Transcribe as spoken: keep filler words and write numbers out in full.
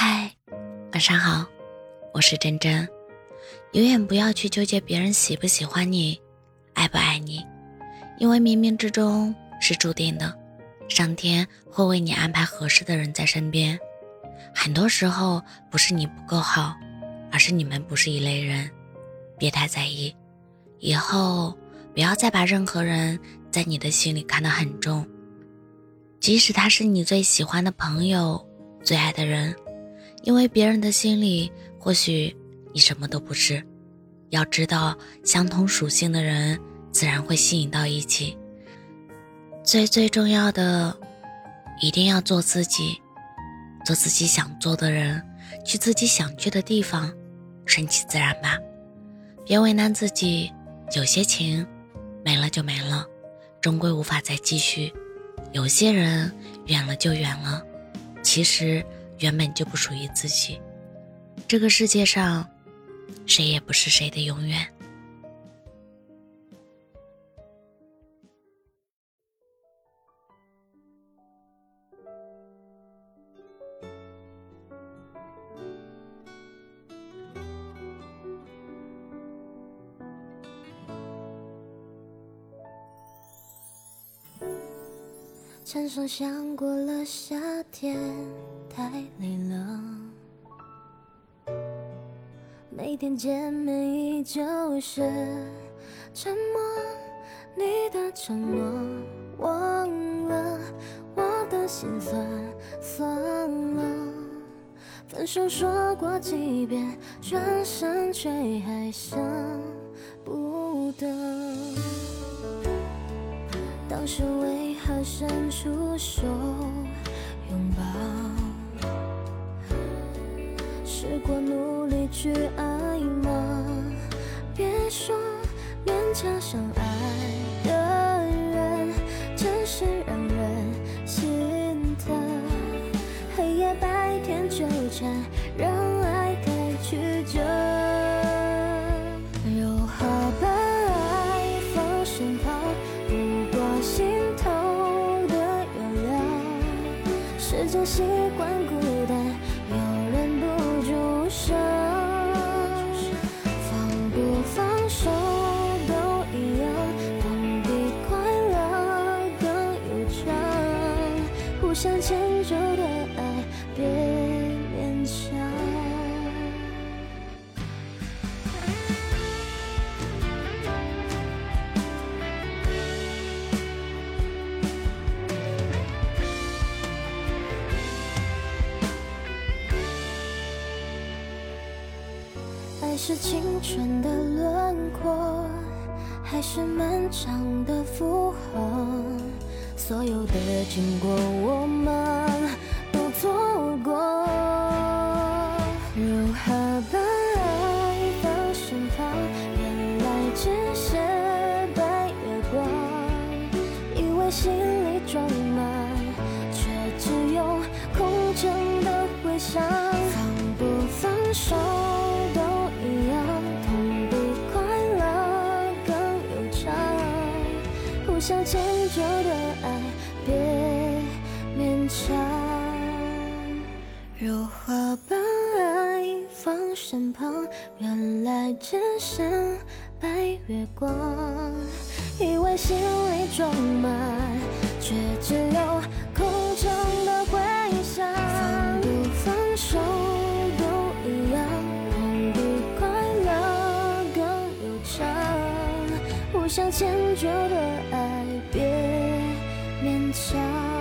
嗨，晚上好，我是真真。永远不要去纠结别人喜不喜欢你，爱不爱你，因为冥冥之中是注定的，上天会为你安排合适的人在身边。很多时候不是你不够好，而是你们不是一类人，别太在意。以后不要再把任何人在你的心里看得很重，即使他是你最喜欢的朋友，最爱的人，因为别人的心里或许你什么都不是。要知道，相同属性的人自然会吸引到一起。最最重要的，一定要做自己，做自己想做的人，去自己想去的地方，顺其自然吧。别为难自己，有些情没了就没了，终归无法再继续。有些人远了就远了，其实原本就不属于自己。这个世界上谁也不是谁的永远。 찬爽想过了夏天，太累了。每天见面依旧是沉默，你的承诺忘了，我的心酸算了。分手说过几遍，转身却还舍不得。当时为何伸出手拥抱？试过努力去爱吗？别说勉强相爱的人，真是让人心疼。黑夜白天纠缠，让爱太曲折。如何把爱放身旁，不过心头的原谅。时间习惯孤单，有人不住声。放不放手都一样，痛比快乐更悠长。互相迁就的爱，别勉强。爱是青春的轮廓，还是漫长的负荷？所有的经过我们都错过。如何把爱放身旁，原来只是白月光。以为心里装满，却只有空城的回响。放不放手互相迁就的爱，别勉强。如何把爱放身旁，原来只剩白月光。以为心里装满，却只有空城的回响。放不放手都一样，痛比快乐更悠长。互相迁就的爱，别勉强。